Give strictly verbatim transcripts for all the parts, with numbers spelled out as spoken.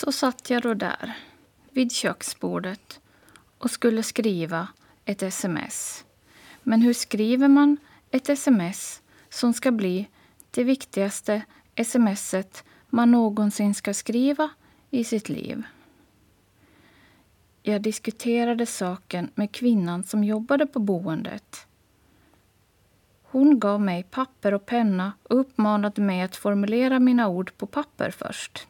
Så satt jag då där, vid köksbordet, och skulle skriva ett sms. Men hur skriver man ett sms som ska bli det viktigaste smset man någonsin ska skriva i sitt liv? Jag diskuterade saken med kvinnan som jobbade på boendet. Hon gav mig papper och penna och uppmanade mig att formulera mina ord på papper först.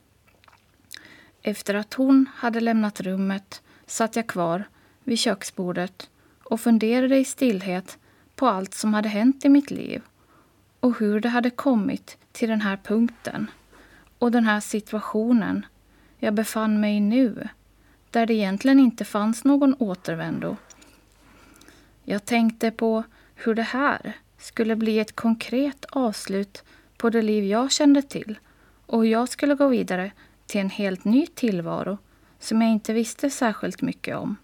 Efter att hon hade lämnat rummet satt jag kvar vid köksbordet och funderade i stillhet på allt som hade hänt i mitt liv och hur det hade kommit till den här punkten och den här situationen jag befann mig i nu, där det egentligen inte fanns någon återvändo. Jag tänkte på hur det här skulle bli ett konkret avslut på det liv jag kände till och hur jag skulle gå vidare till en helt ny tillvaro som jag inte visste särskilt mycket om.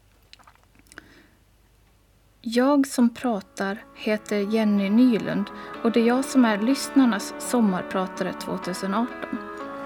Jag som pratar heter Jenny Nylund och det är jag som är lyssnarnas sommarpratare tjugoarton.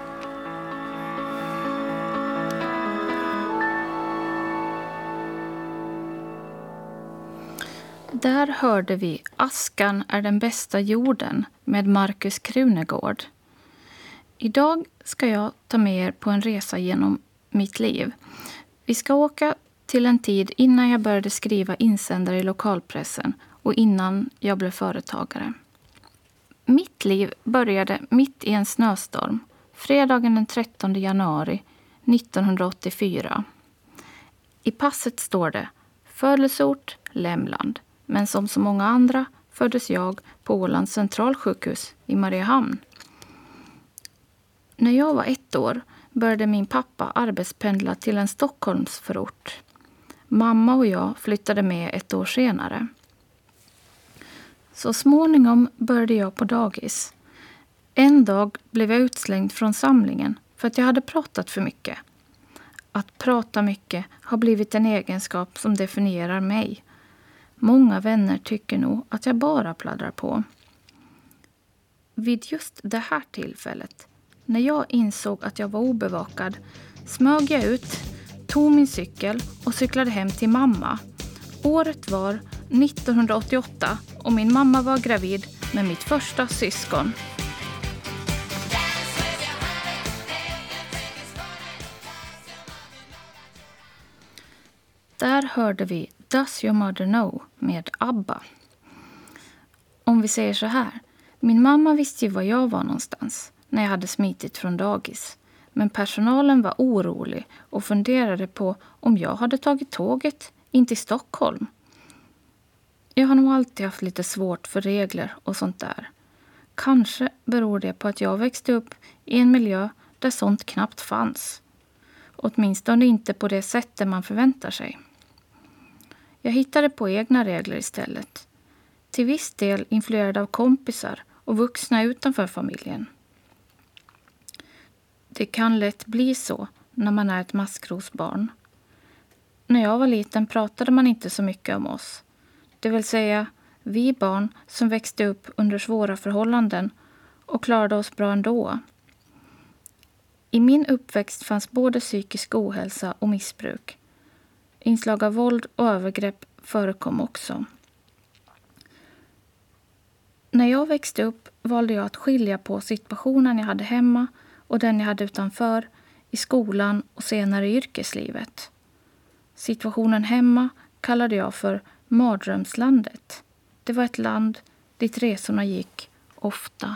Där hörde vi Askan är den bästa jorden med Markus Krunegård. Idag ska jag ta med er på en resa genom mitt liv. Vi ska åka till en tid innan jag började skriva insändare i lokalpressen och innan jag blev företagare. Mitt liv började mitt i en snöstorm, fredagen den trettonde januari nittonhundraåttiofyra. I passet står det födelseort Lämland, men som så många andra föddes jag på Ålands centralsjukhus i Mariehamn. När jag var ett år började min pappa arbetspendla till en Stockholmsförort. Mamma och jag flyttade med ett år senare. Så småningom började jag på dagis. En dag blev jag utslängd från samlingen för att jag hade pratat för mycket. Att prata mycket har blivit en egenskap som definierar mig. Många vänner tycker nog att jag bara pladdrar på. Vid just det här tillfället, när jag insåg att jag var obevakad, smög jag ut, tog min cykel och cyklade hem till mamma. Året var nittonhundraåttioåtta och min mamma var gravid med mitt första syskon. Där hörde vi Does Your Mother Know med ABBA. Om vi säger så här, min mamma visste ju var jag var någonstans när jag hade smitit från dagis. Men personalen var orolig och funderade på om jag hade tagit tåget in till Stockholm. Jag har nog alltid haft lite svårt för regler och sånt där. Kanske beror det på att jag växte upp i en miljö där sånt knappt fanns. Åtminstone inte på det sättet man förväntar sig. Jag hittade på egna regler istället. Till viss del influerad av kompisar och vuxna utanför familjen. Det kan lätt bli så när man är ett maskrosbarn. När jag var liten pratade man inte så mycket om oss. Det vill säga, vi barn som växte upp under svåra förhållanden och klarade oss bra ändå. I min uppväxt fanns både psykisk ohälsa och missbruk. Inslag av våld och övergrepp förekom också. När jag växte upp valde jag att skilja på situationen jag hade hemma och den jag hade utanför, i skolan och senare i yrkeslivet. Situationen hemma kallade jag för mardrömslandet. Det var ett land dit resorna gick ofta.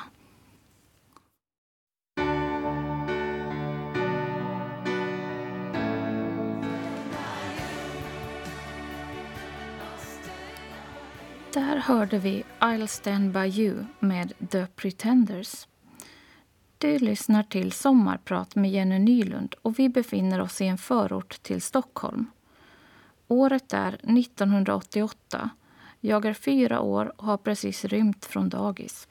Där hörde vi I'll Stand By You med The Pretenders. Du lyssnar till Sommarprat med Jenny Nylund och vi befinner oss i en förort till Stockholm. Året är nittonhundraåttioåtta. Jag är fyra år och har precis rymt från dagis.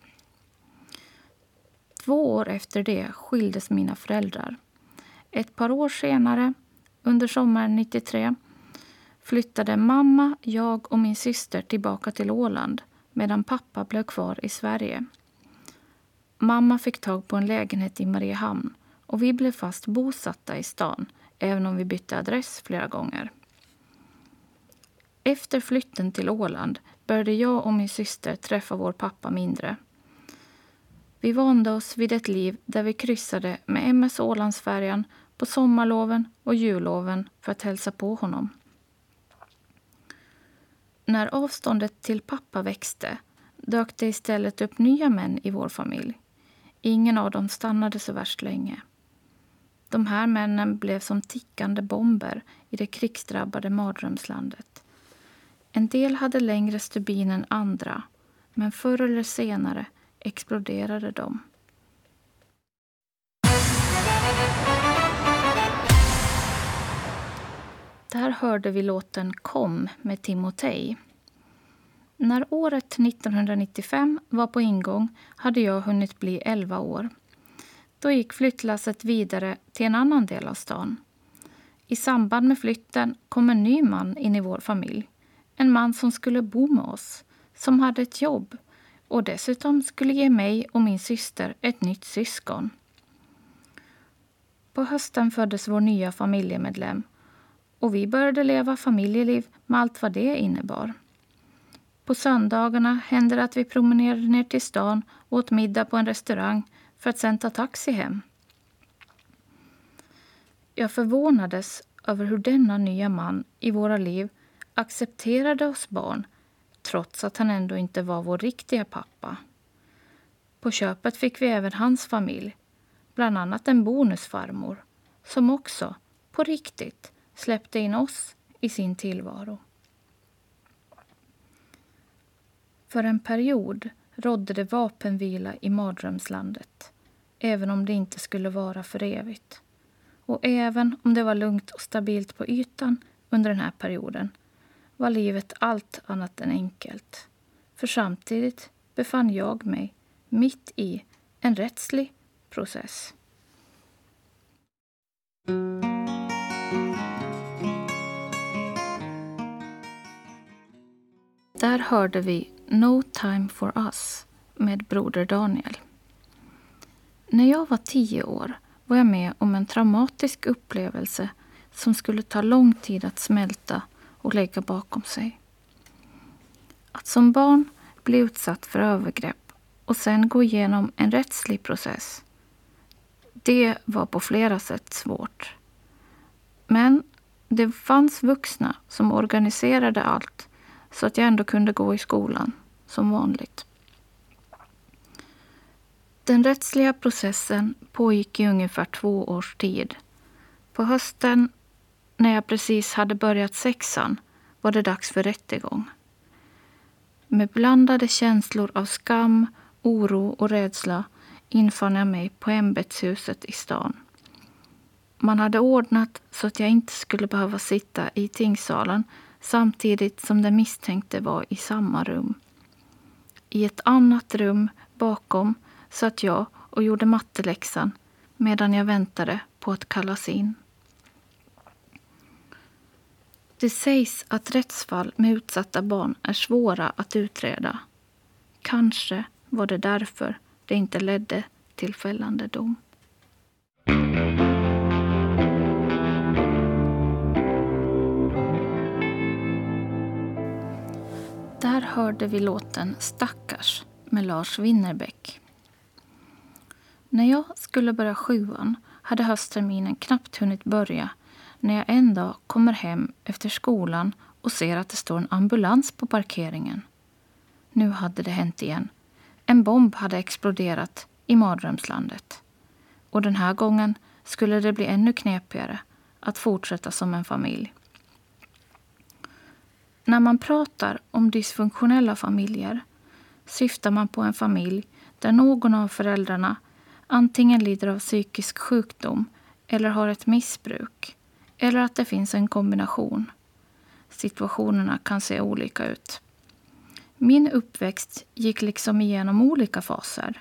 Två år efter det skildes mina föräldrar. Ett par år senare, under sommaren nittiotre, flyttade mamma, jag och min syster tillbaka till Åland medan pappa blev kvar i Sverige. Mamma fick tag på en lägenhet i Mariehamn och vi blev fast bosatta i stan även om vi bytte adress flera gånger. Efter flytten till Åland började jag och min syster träffa vår pappa mindre. Vi vande oss vid ett liv där vi kryssade med M S Ålandsfärjan på sommarloven och julloven för att hälsa på honom. När avståndet till pappa växte dök det istället upp nya män i vår familj. Ingen av dem stannade så värst länge. De här männen blev som tickande bomber i det krigsdrabbade mardrömslandet. En del hade längre stubin än andra, men förr eller senare exploderade de. Där hörde vi låten Kom med Timotej. När året nittonhundranittiofem var på ingång hade jag hunnit bli elva år. Då gick flyttlasset vidare till en annan del av stan. I samband med flytten kom en ny man in i vår familj. En man som skulle bo med oss, som hade ett jobb och dessutom skulle ge mig och min syster ett nytt syskon. På hösten föddes vår nya familjemedlem och vi började leva familjeliv med allt vad det innebar. På söndagarna hände det att vi promenerade ner till stan och åt middag på en restaurang för att sen ta taxi hem. Jag förvånades över hur denna nya man i våra liv accepterade oss barn trots att han ändå inte var vår riktiga pappa. På köpet fick vi även hans familj, bland annat en bonusfarmor som också, på riktigt, släppte in oss i sin tillvaro. För en period rådde det vapenvila i mardrömslandet, även om det inte skulle vara för evigt. Och även om det var lugnt och stabilt på ytan under den här perioden var livet allt annat än enkelt. För samtidigt befann jag mig mitt i en rättslig process. Där hörde vi No Time For Us med broder Daniel. När jag var tio år var jag med om en traumatisk upplevelse som skulle ta lång tid att smälta och lägga bakom sig. Att som barn bli utsatt för övergrepp och sen gå igenom en rättslig process, det var på flera sätt svårt. Men det fanns vuxna som organiserade allt så att jag ändå kunde gå i skolan som vanligt. Den rättsliga processen pågick i ungefär två års tid. På hösten, när jag precis hade börjat sexan, var det dags för rättegång. Med blandade känslor av skam, oro och rädsla infann jag mig på ämbetshuset i stan. Man hade ordnat så att jag inte skulle behöva sitta i tingssalen samtidigt som den misstänkte var i samma rum. I ett annat rum bakom satt jag och gjorde matteläxan medan jag väntade på att kallas in. Det sägs att rättsfall med utsatta barn är svåra att utreda. Kanske var det därför det inte ledde till fällande dom. Där hörde vi låten Stackars med Lars Winnerbäck. När jag skulle börja sjuan hade höstterminen knappt hunnit börja när jag en dag kommer hem efter skolan och ser att det står en ambulans på parkeringen. Nu hade det hänt igen. En bomb hade exploderat i mardrömslandet. Och den här gången skulle det bli ännu knepigare att fortsätta som en familj. När man pratar om dysfunktionella familjer syftar man på en familj där någon av föräldrarna antingen lider av psykisk sjukdom eller har ett missbruk, eller att det finns en kombination. Situationerna kan se olika ut. Min uppväxt gick liksom igenom olika faser.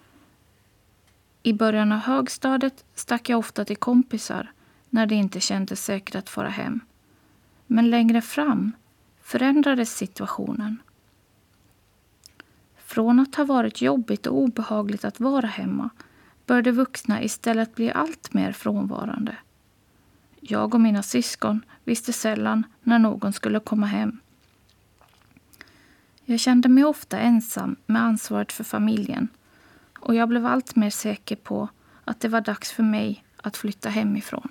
I början av högstadiet stack jag ofta till kompisar när det inte kändes säkert att fara hem. Men längre fram förändrades situationen. Från att ha varit jobbigt och obehagligt att vara hemma började vuxna istället bli allt mer frånvarande. Jag och mina syskon visste sällan när någon skulle komma hem. Jag kände mig ofta ensam med ansvaret för familjen och jag blev allt mer säker på att det var dags för mig att flytta hemifrån.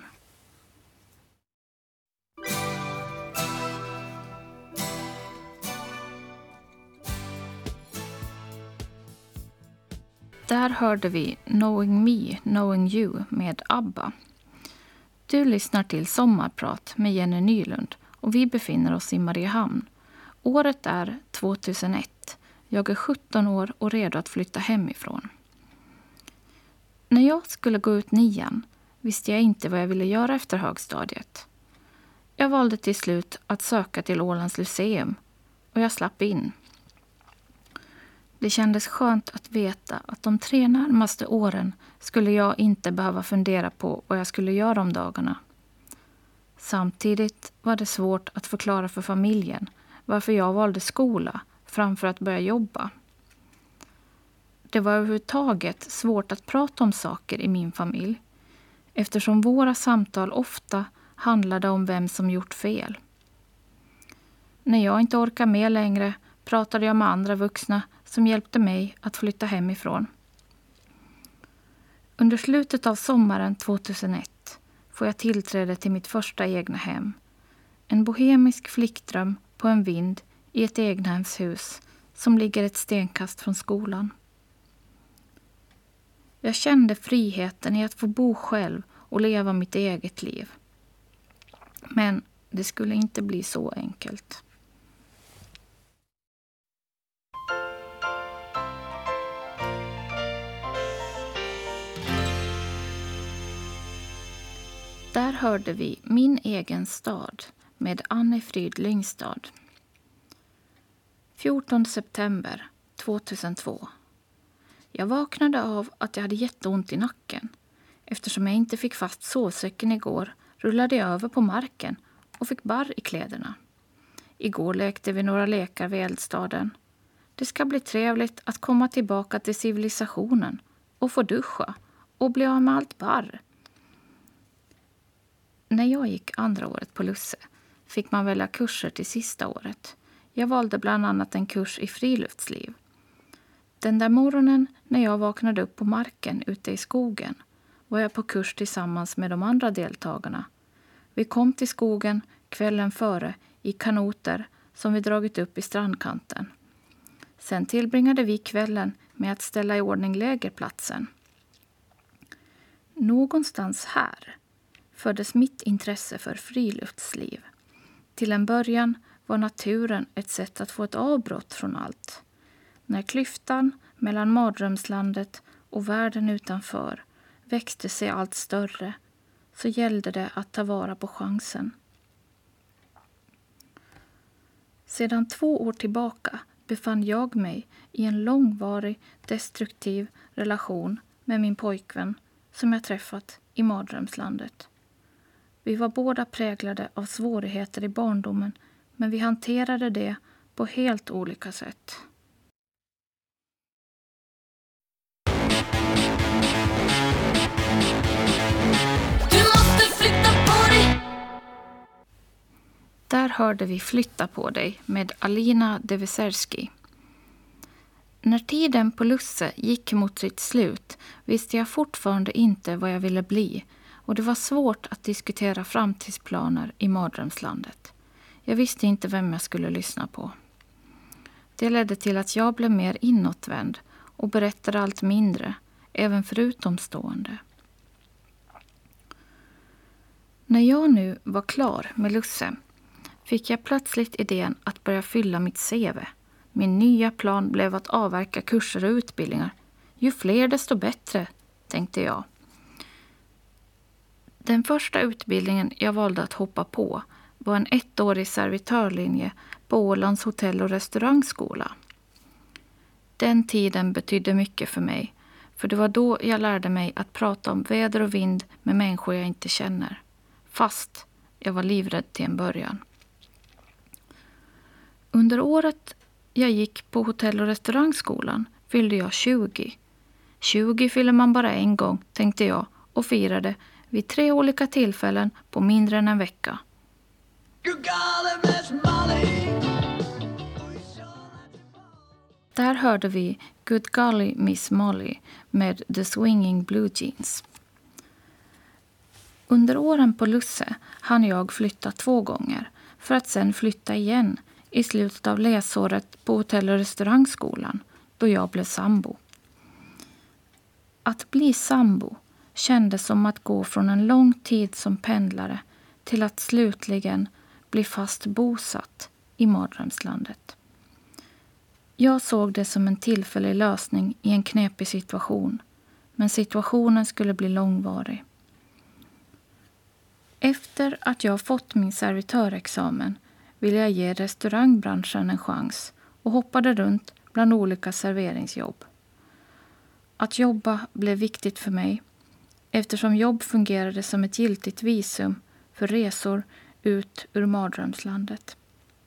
Där hörde vi Knowing Me, Knowing You med ABBA. Du lyssnar till Sommarprat med Jenny Nylund och vi befinner oss i Mariehamn. Året är tvåtusenett. Jag är sjutton år och redo att flytta hemifrån. När jag skulle gå ut nian visste jag inte vad jag ville göra efter högstadiet. Jag valde till slut att söka till Ålands Lyceum och jag slapp in. Det kändes skönt att veta att de tre närmaste åren skulle jag inte behöva fundera på vad jag skulle göra om dagarna. Samtidigt var det svårt att förklara för familjen varför jag valde skola framför att börja jobba. Det var överhuvudtaget svårt att prata om saker i min familj eftersom våra samtal ofta handlade om vem som gjort fel. När jag inte orkade med längre pratade jag med andra vuxna som hjälpte mig att flytta hemifrån. Under slutet av sommaren tvåtusenett får jag tillträde till mitt första egna hem. En bohemisk flickdröm på en vind i ett egnahemshus som ligger ett stenkast från skolan. Jag kände friheten i att få bo själv och leva mitt eget liv. Men det skulle inte bli så enkelt. Där hörde vi Min egen stad med Anne-Frid Lyngstad. fjortonde september tvåtusentvå. Jag vaknade av att jag hade jätteont i nacken. Eftersom jag inte fick fast sovsäcken igår rullade jag över på marken och fick barr i kläderna. Igår lekte vi några lekar vid eldstaden. Det ska bli trevligt att komma tillbaka till civilisationen och få duscha och bli av med allt barr. När jag gick andra året på Lusse fick man välja kurser till sista året. Jag valde bland annat en kurs i friluftsliv. Den där morgonen när jag vaknade upp på marken ute i skogen var jag på kurs tillsammans med de andra deltagarna. Vi kom till skogen kvällen före i kanoter som vi dragit upp i strandkanten. Sen tillbringade vi kvällen med att ställa i ordning lägerplatsen. Någonstans här föddes mitt intresse för friluftsliv. Till en början var naturen ett sätt att få ett avbrott från allt. När klyftan mellan mardrömslandet och världen utanför växte sig allt större så gällde det att ta vara på chansen. Sedan två år tillbaka befann jag mig i en långvarig destruktiv relation med min pojkvän som jag träffat i mardrömslandet. Vi var båda präglade av svårigheter i barndomen, men vi hanterade det på helt olika sätt. Du måste flytta på dig! Där hörde vi Flytta på dig med Alina Deveserski. När tiden på Lusse gick mot sitt slut visste jag fortfarande inte vad jag ville bli. Och det var svårt att diskutera framtidsplaner i mardrömslandet. Jag visste inte vem jag skulle lyssna på. Det ledde till att jag blev mer inåtvänd och berättade allt mindre, även för utomstående. När jag nu var klar med Lusse fick jag plötsligt idén att börja fylla mitt C V. Min nya plan blev att avverka kurser och utbildningar. Ju fler desto bättre, tänkte jag. Den första utbildningen jag valde att hoppa på var en ettårig servitörlinje på Ålands hotell- och restaurangskola. Den tiden betydde mycket för mig, för det var då jag lärde mig att prata om väder och vind med människor jag inte känner. Fast jag var livrädd till en början. Under året jag gick på hotell- och restaurangskolan fyllde jag tjugo. tjugo fyller man bara en gång, tänkte jag och firade vid tre olika tillfällen på mindre än en vecka. Där hörde vi Good Golly Miss Molly med The Swinging Blue Jeans. Under åren på Lusse hann jag flytta två gånger för att sen flytta igen i slutet av läsåret på hotell- och restaurangskolan då jag blev sambo. Att bli sambo kändes som att gå från en lång tid som pendlare till att slutligen bli fast bosatt i mardrömslandet. Jag såg det som en tillfällig lösning i en knepig situation, men situationen skulle bli långvarig. Efter att jag fått min servitörexamen ville jag ge restaurangbranschen en chans och hoppade runt bland olika serveringsjobb. Att jobba blev viktigt för mig eftersom jobb fungerade som ett giltigt visum för resor ut ur mardrömslandet.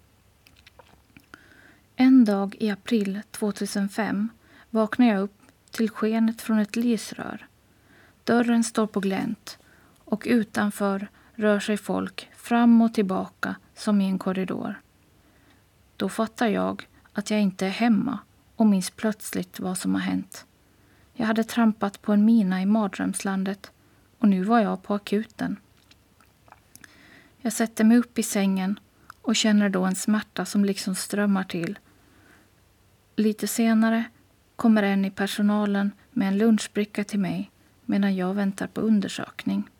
En dag i april tjugohundrafem vaknade jag upp till skenet från ett lysrör. Dörren står på glänt och utanför rör sig folk fram och tillbaka som i en korridor. Då fattar jag att jag inte är hemma och minns plötsligt vad som har hänt. Jag hade trampat på en mina i mardrömslandet och nu var jag på akuten. Jag sätter mig upp i sängen och känner då en smärta som liksom strömmar till. Lite senare kommer en i personalen med en lunchbricka till mig medan jag väntar på undersökning.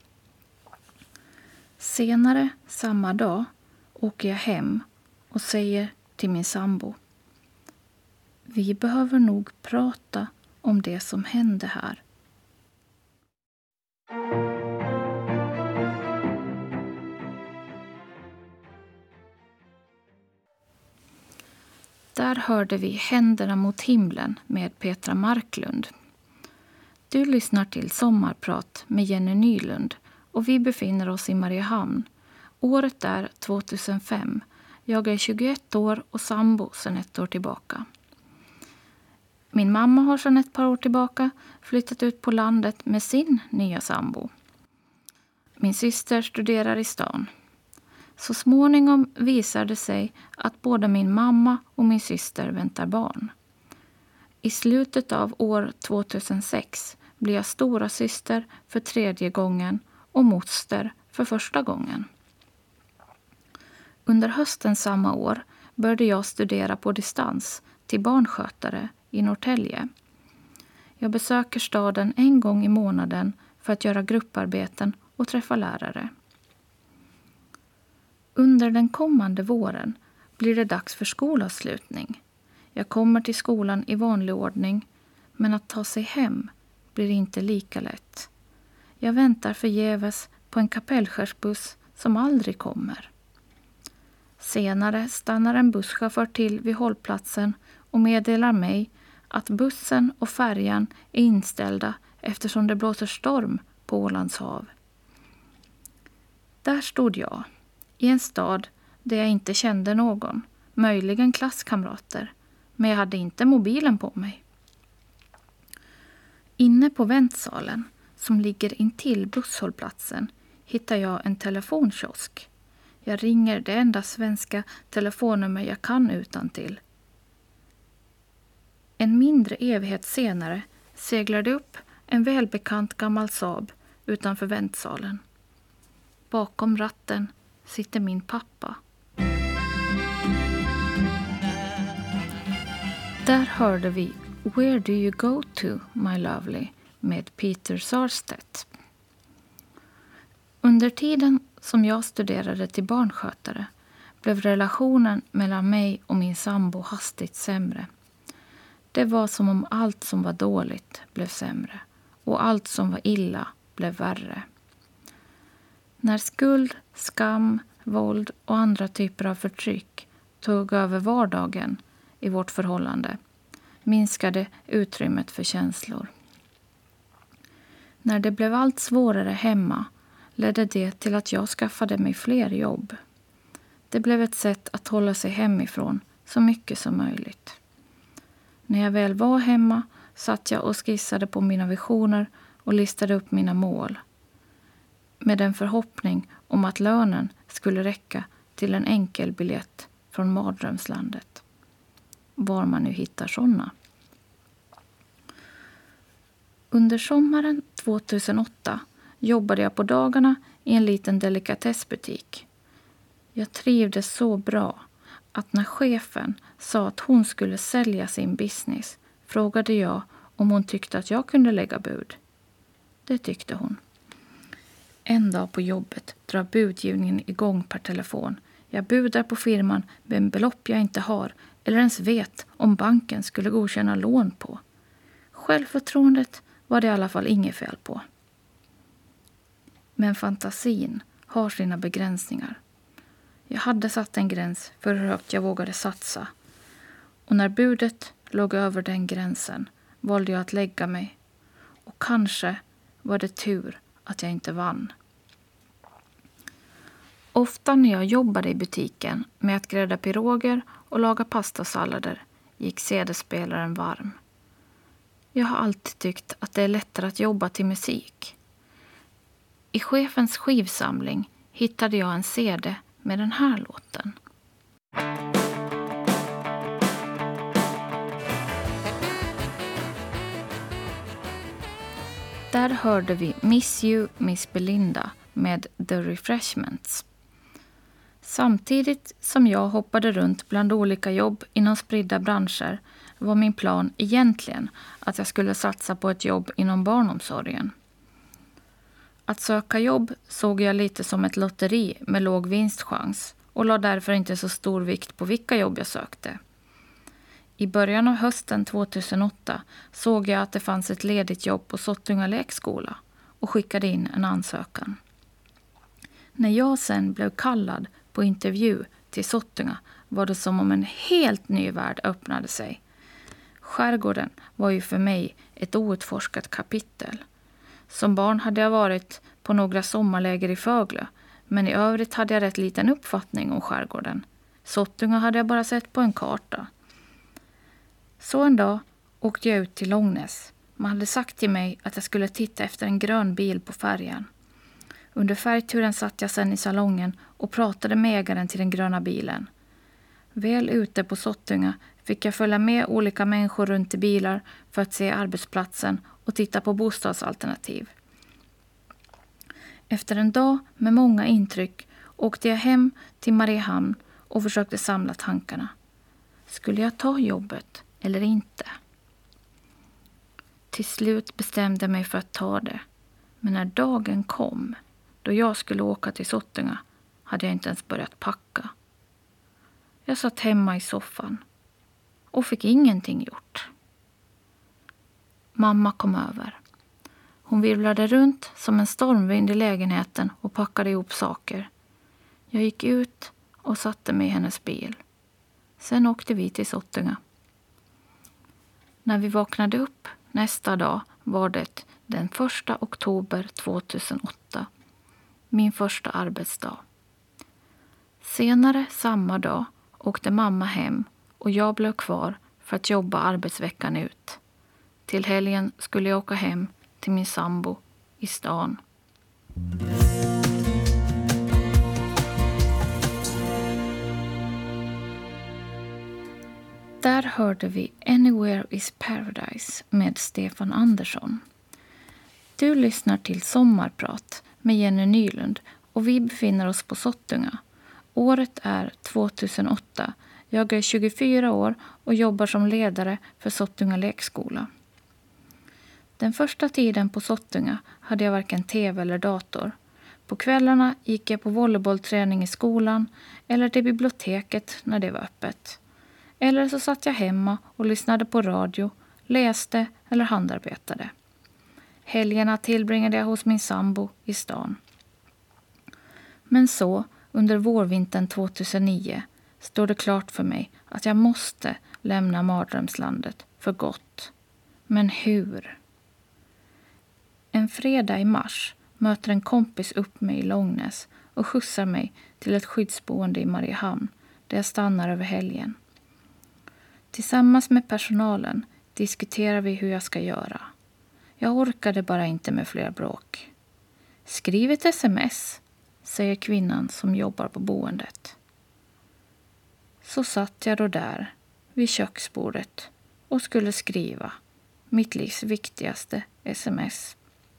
Senare samma dag åker jag hem och säger till min sambo: vi behöver nog prata om det som hände här. Där hörde vi Händerna mot himlen med Petra Marklund. Du lyssnar till Sommarprat med Jenny Nylund och vi befinner oss i Mariehamn. Året är tjugohundrafem. Jag är tjugoett år och sambo sedan ett år tillbaka. Min mamma har sedan ett par år tillbaka flyttat ut på landet med sin nya sambo. Min syster studerar i stan. Så småningom visar det sig att både min mamma och min syster väntar barn. I slutet av år tjugohundrasex blir jag stora syster för tredje gången och moster för första gången. Under hösten samma år började jag studera på distans till barnskötare i Norrtälje. Jag besöker staden en gång i månaden för att göra grupparbeten och träffa lärare. Under den kommande våren blir det dags för skolavslutning. Jag kommer till skolan i vanlig ordning, men att ta sig hem blir inte lika lätt. Jag väntar förgäves på en kapellskärsbuss som aldrig kommer. Senare stannar en busschaufför till vid hållplatsen och meddelar mig att bussen och färjan är inställda eftersom det blåser storm på Ålands hav. Där stod jag, i en stad där jag inte kände någon, möjligen klasskamrater, men jag hade inte mobilen på mig. Inne på väntsalen, som ligger intill busshållplatsen, hittar jag en telefonkiosk. Jag ringer det enda svenska telefonnummer jag kan utantill. En mindre evighet senare seglar det upp en välbekant gammal Saab utanför väntsalen. Bakom ratten sitter min pappa. Där hörde vi Where do you go to, my lovely med Peter Sarstedt. Under tiden som jag studerade till barnskötare blev relationen mellan mig och min sambo hastigt sämre. Det var som om allt som var dåligt blev sämre och allt som var illa blev värre. När skuld, skam, våld och andra typer av förtryck tog över vardagen i vårt förhållande minskade utrymmet för känslor. När det blev allt svårare hemma ledde det till att jag skaffade mig fler jobb. Det blev ett sätt att hålla sig hemifrån så mycket som möjligt. När jag väl var hemma satt jag och skissade på mina visioner och listade upp mina mål. Med en förhoppning om att lönen skulle räcka till en enkel biljett från mardrömslandet. Var man nu hittar sådana. Under sommaren tjugohundraåtta jobbade jag på dagarna i en liten delikatessbutik. Jag trivdes så bra att när chefen sa att hon skulle sälja sin business frågade jag om hon tyckte att jag kunde lägga bud. Det tyckte hon. En dag på jobbet drar budgivningen igång per telefon. Jag budar på firman med en belopp jag inte har eller ens vet om banken skulle godkänna lån på. Självförtroendet var det i alla fall inget fel på. Men fantasin har sina begränsningar. Jag hade satt en gräns för hur högt jag vågade satsa. Och när budet låg över den gränsen valde jag att lägga mig. Och kanske var det tur att jag inte vann. Ofta när jag jobbade i butiken med att grädda piroger och laga pastasallader gick C D-spelaren varm. Jag har alltid tyckt att det är lättare att jobba till musik. I chefens skivsamling hittade jag en C D med den här låten. Där hörde vi Miss You, Miss Belinda med The Refreshments. Samtidigt som jag hoppade runt bland olika jobb inom spridda branscher var min plan egentligen att jag skulle satsa på ett jobb inom barnomsorgen. Att söka jobb såg jag lite som ett lotteri med låg vinstchans och la därför inte så stor vikt på vilka jobb jag sökte. I början av hösten tjugohundraåtta såg jag att det fanns ett ledigt jobb på Sottunga lekskola och skickade in en ansökan. När jag sen blev kallad på intervju till Sottunga var det som om en helt ny värld öppnade sig. Skärgården var ju för mig ett outforskat kapitel. Som barn hade jag varit på några sommarläger i Föglö, men i övrigt hade jag rätt liten uppfattning om skärgården. Sottunga hade jag bara sett på en karta. Så en dag åkte jag ut till Långnäs. Man hade sagt till mig att jag skulle titta efter en grön bil på färjan. Under färgturen satt jag sedan i salongen och pratade med ägaren till den gröna bilen. Väl ute på Sottunga fick jag följa med olika människor runt i bilar för att se arbetsplatsen och titta på bostadsalternativ. Efter en dag med många intryck åkte jag hem till Mariehamn och försökte samla tankarna. Skulle jag ta jobbet eller inte? Till slut bestämde jag mig för att ta det. Men när dagen kom, då jag skulle åka till Sottunga, hade jag inte ens börjat packa. Jag satt hemma i soffan och fick ingenting gjort. Mamma kom över. Hon virvlade runt som en stormvind i lägenheten och packade ihop saker. Jag gick ut och satte mig i hennes bil. Sen åkte vi till Sottunga. När vi vaknade upp nästa dag var det den första oktober tjugohundraåtta. Min första arbetsdag. Senare samma dag åkte mamma hem och jag blev kvar för att jobba arbetsveckan ut. Till helgen skulle jag åka hem till min sambo i stan. Där hörde vi Anywhere is Paradise med Stefan Andersson. Du lyssnar till Sommarprat med Jenny Nylund och vi befinner oss på Sottunga. Året är tjugohundraåtta. Jag är tjugofyra år och jobbar som ledare för Sottunga lekskola. Den första tiden på Sottunga hade jag varken tv eller dator. På kvällarna gick jag på volleybollträning i skolan eller till biblioteket när det var öppet. Eller så satt jag hemma och lyssnade på radio, läste eller handarbetade. Helgerna tillbringade jag hos min sambo i stan. Men så, under vårvintern tjugohundranio, står det klart för mig att jag måste lämna mardrömslandet för gott. Men hur? En fredag i mars möter en kompis upp mig i Långnäs och skjutsar mig till ett skyddsboende i Mariehamn där jag stannar över helgen. Tillsammans med personalen diskuterar vi hur jag ska göra. Jag orkade bara inte med fler bråk. Skriv ett sms, säger kvinnan som jobbar på boendet. Så satt jag då där vid köksbordet och skulle skriva mitt livs viktigaste sms.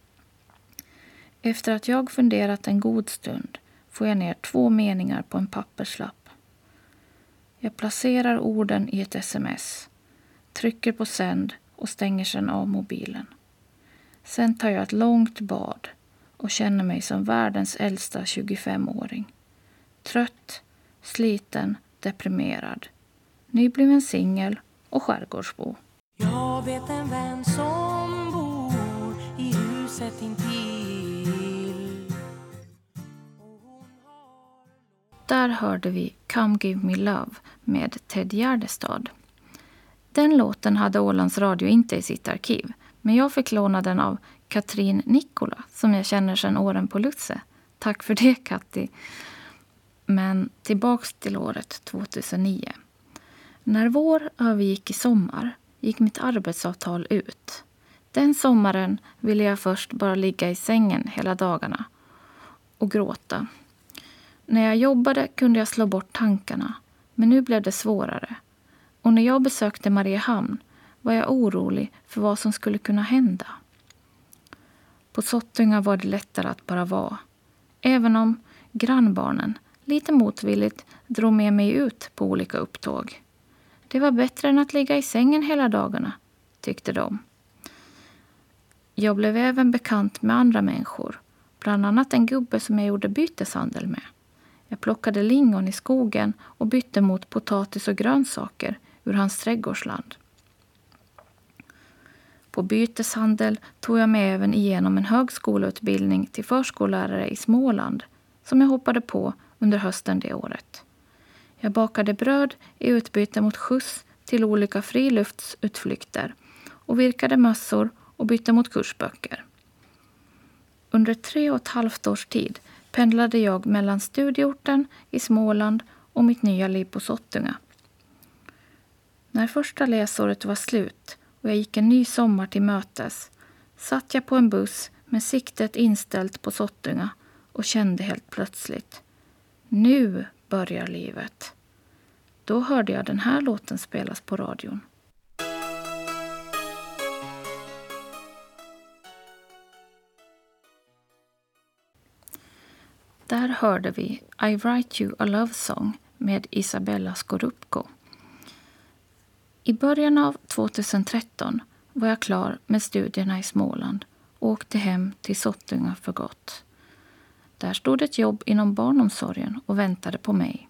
Efter att jag funderat en god stund får jag ner två meningar på en papperslapp. Jag placerar orden i ett sms, trycker på sänd och stänger sedan av mobilen. Sen tar jag ett långt bad och känner mig som världens äldsta tjugofemåring. Trött, sliten, deprimerad. Nybliven singel och skärgårdsbo. Jag vet en vän som bor i huset intill. Där hörde vi Come Give Me Love med Ted Gärdestad. Den låten hade Ålands Radio inte i sitt arkiv, men jag fick låna den av Katrin Nikkola som jag känner sedan åren på Lutse. Tack för det, Katti. Men tillbaks till året tjugohundranio. När vår övergick i sommar gick mitt arbetsavtal ut. Den sommaren ville jag först bara ligga i sängen hela dagarna och gråta. När jag jobbade kunde jag slå bort tankarna, men nu blev det svårare. Och när jag besökte Mariehamn var jag orolig för vad som skulle kunna hända. På Sottunga var det lättare att bara vara. Även om grannbarnen lite motvilligt drog med mig ut på olika upptåg. Det var bättre än att ligga i sängen hela dagarna, tyckte de. Jag blev även bekant med andra människor. Bland annat en gubbe som jag gjorde byteshandel med. Jag plockade lingon i skogen och bytte mot potatis och grönsaker ur hans trädgårdsland. På byteshandel tog jag mig även igenom en högskoleutbildning till förskollärare i Småland som jag hoppade på under hösten det året. Jag bakade bröd i utbyte mot skjuts till olika friluftsutflykter och virkade mössor och bytte mot kursböcker. Under tre och ett halvt års tid pendlade jag mellan studieorten i Småland och mitt nya liv på Sottunga. När första läsåret var slut och jag gick en ny sommar till mötes satt jag på en buss med siktet inställt på Sottunga och kände helt plötsligt: nu börjar livet. Då hörde jag den här låten spelas på radion. Där hörde vi I Write You a Love Song med Isabella Scorupco. I början av tjugotretton var jag klar med studierna i Småland och åkte hem till Sottunga för gott. Där stod ett jobb inom barnomsorgen och väntade på mig.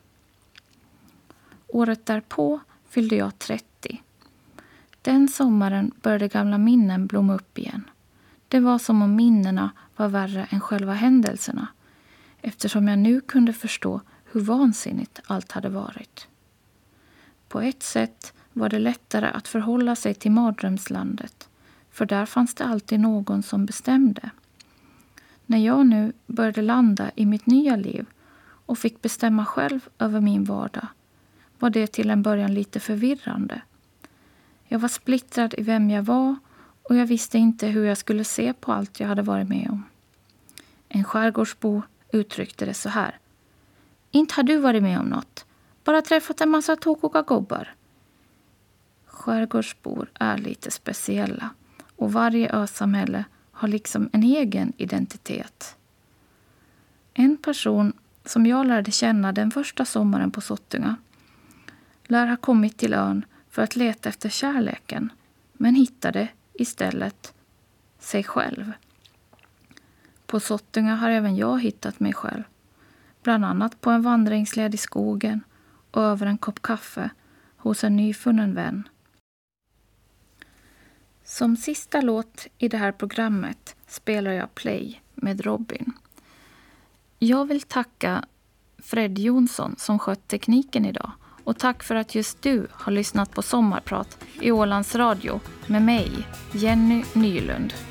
Året därpå fyllde jag trettio. Den sommaren började gamla minnen blomma upp igen. Det var som om minnena var värre än själva händelserna, eftersom jag nu kunde förstå hur vansinnigt allt hade varit. På ett sätt var det lättare att förhålla sig till mardrömslandet, för där fanns det alltid någon som bestämde. När jag nu började landa i mitt nya liv och fick bestämma själv över min vardag var det till en början lite förvirrande. Jag var splittrad i vem jag var och jag visste inte hur jag skulle se på allt jag hade varit med om. En skärgårdsbo uttryckte det så här: inte har du varit med om något, bara träffat en massa tokiga gobbar. Skärgårdsbor är lite speciella och varje ösamhälle har liksom en egen identitet. En person som jag lärde känna den första sommaren på Sottunga lär ha kommit till ön för att leta efter kärleken, men hittade istället sig själv. På Sottunga har även jag hittat mig själv, bland annat på en vandringsled i skogen och över en kopp kaffe hos en nyfunnen vän. Som sista låt i det här programmet spelar jag Play med Robin. Jag vill tacka Fred Jonsson som skött tekniken idag. Och tack för att just du har lyssnat på Sommarprat i Ålands Radio med mig, Jenny Nylund.